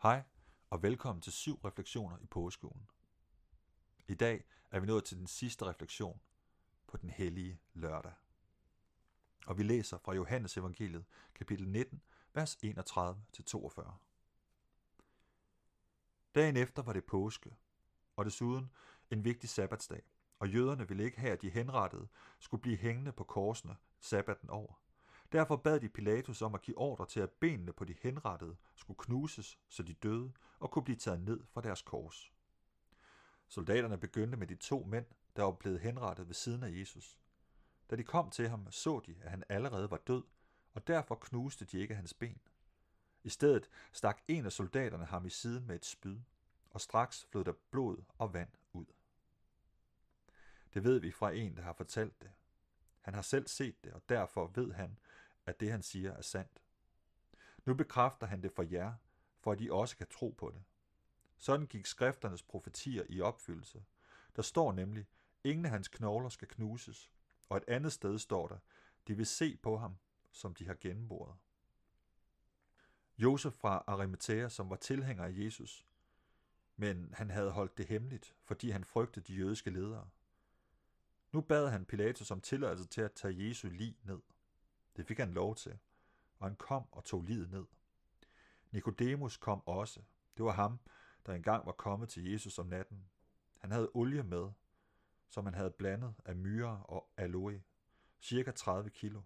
Hej og velkommen til 7 refleksioner i påskeugen. I dag er vi nået til den sidste refleksion på den hellige lørdag. Og vi læser fra Johannes evangeliet, kapitel 19, vers 31-42. Dagen efter var det påske, og desuden en vigtig sabbatsdag, og jøderne ville ikke have, at de henrettede skulle blive hængende på korsene sabbaten over. Derfor bad de Pilatus om at give ordre til, at benene på de henrettede skulle knuses, så de døde og kunne blive taget ned fra deres kors. Soldaterne begyndte med de 2 mænd, der var blevet henrettet ved siden af Jesus. Da de kom til ham, så de, at han allerede var død, og derfor knuste de ikke hans ben. I stedet stak en af soldaterne ham i siden med et spyd, og straks flød der blod og vand ud. Det ved vi fra en, der har fortalt det. Han har selv set det, og derfor ved han, at det han siger er sandt. Nu bekræfter han det for jer, for at I også kan tro på det. Sådan gik skrifternes profetier i opfyldelse. Der står nemlig, ingen af hans knogler skal knuses, og et andet sted står der, de vil se på ham, som de har gennemboret. Josef fra Arimathæa, som var tilhænger af Jesus, men han havde holdt det hemmeligt, fordi han frygtede de jødiske ledere. Nu bad han Pilatus om tilladelse til at tage Jesu lig ned. Det fik han lov til, og han kom og tog liget ned. Nikodemus kom også. Det var ham, der engang var kommet til Jesus om natten. Han havde olie med, som han havde blandet af myrer og aloe, cirka 30 kilo.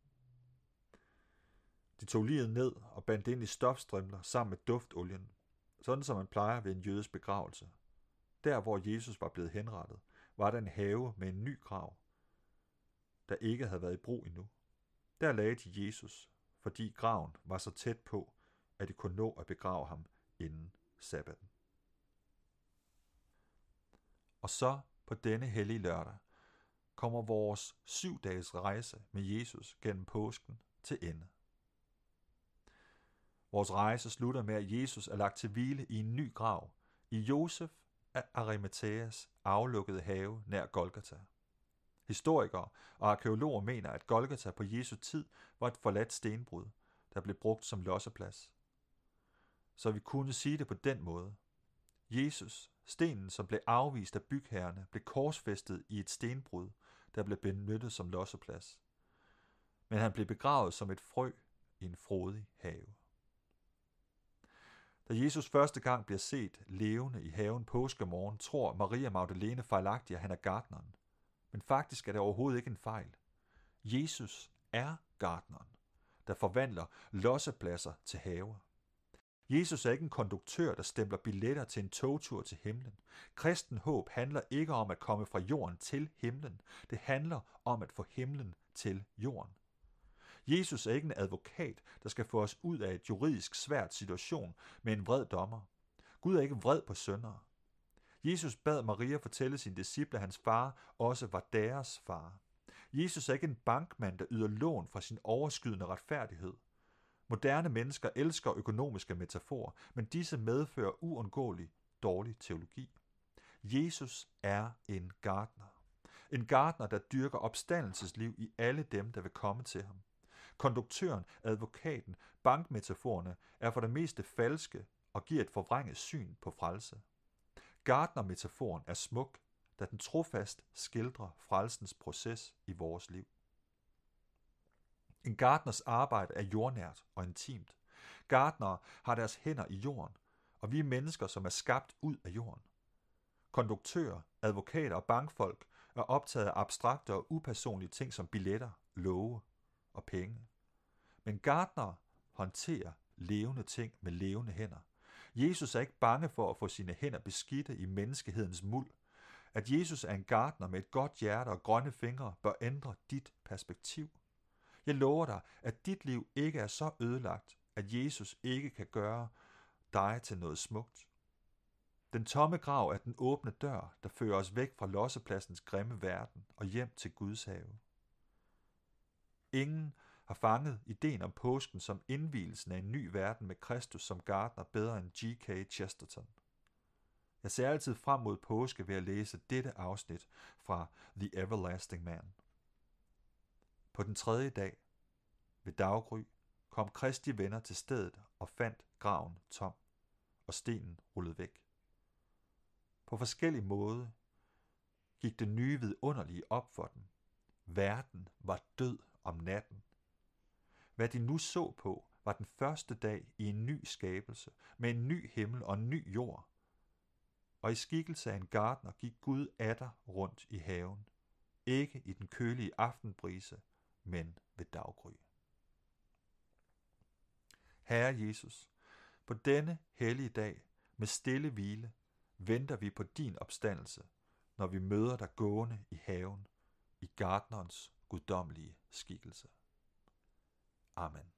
De tog liget ned og bandt ind i stofstrimler sammen med duftolien, sådan som man plejer ved en jødisk begravelse. Der, hvor Jesus var blevet henrettet, var der en have med en ny grav, der ikke havde været i brug endnu. Der lagde de Jesus, fordi graven var så tæt på, at de kunne nå at begrave ham inden sabbaten. Og så på denne hellige lørdag kommer vores 7-dages rejse med Jesus gennem påsken til ende. Vores rejse slutter med, at Jesus er lagt til hvile i en ny grav i Josef af Arimathæas aflukkede have nær Golgata. Historikere og arkæologer mener, at Golgata på Jesu tid var et forladt stenbrud, der blev brugt som losseplads. Så vi kunne sige det på den måde. Jesus, stenen som blev afvist af bygherrerne, blev korsfæstet i et stenbrud, der blev benyttet som losseplads. Men han blev begravet som et frø i en frodig have. Da Jesus første gang bliver set levende i haven påskemorgen, tror Maria Magdalene fejlagtigt, at han er gartneren. Men faktisk er det overhovedet ikke en fejl. Jesus er gartneren, der forvandler lossepladser til haver. Jesus er ikke en konduktør, der stempler billetter til en togtur til himlen. Kristen håb handler ikke om at komme fra jorden til himlen. Det handler om at få himlen til jorden. Jesus er ikke en advokat, der skal få os ud af et juridisk svært situation med en vred dommer. Gud er ikke vred på syndere. Jesus bad Maria fortælle sine disciple, at hans far også var deres far. Jesus er ikke en bankmand, der yder lån fra sin overskydende retfærdighed. Moderne mennesker elsker økonomiske metaforer, men disse medfører uundgåeligt dårlig teologi. Jesus er en gartner. En gartner, der dyrker opstandelsesliv i alle dem, der vil komme til ham. Konduktøren, advokaten, bankmetaforerne er for det meste falske og giver et forvrænget syn på frelse. Gartnermetaforen er smuk, da den trofast skildrer frelsens proces i vores liv. En gartners arbejde er jordnært og intimt. Gartnere har deres hænder i jorden, og vi er mennesker, som er skabt ud af jorden. Konduktører, advokater og bankfolk er optaget af abstrakte og upersonlige ting som billetter, love og penge. Men gartnere håndterer levende ting med levende hænder. Jesus er ikke bange for at få sine hænder beskidte i menneskehedens muld. At Jesus er en gartner med et godt hjerte og grønne fingre bør ændre dit perspektiv. Jeg lover dig, at dit liv ikke er så ødelagt, at Jesus ikke kan gøre dig til noget smukt. Den tomme grav er den åbne dør, der fører os væk fra lossepladsens grimme verden og hjem til Guds have. Ingen har fanget ideen om påsken som indvielsen af en ny verden med Kristus som gartner bedre end G.K. Chesterton. Jeg ser altid frem mod påske ved at læse dette afsnit fra The Everlasting Man. På den 3. dag, ved daggry, kom Kristi venner til stedet og fandt graven tom. og stenen rullede væk. På forskellige måder gik det nye vidunderlige op for dem. Verden var død om natten. Hvad de nu så på, var den første dag i en ny skabelse, med en ny himmel og en ny jord. Og i skikkelse af en gartner gik Gud atter rundt i haven, ikke i den kølige aftenbrise, men ved daggry. Herre Jesus, på denne hellige dag med stille hvile venter vi på din opstandelse, når vi møder dig gående i haven, i gartnerens guddommelige skikkelse. Amen.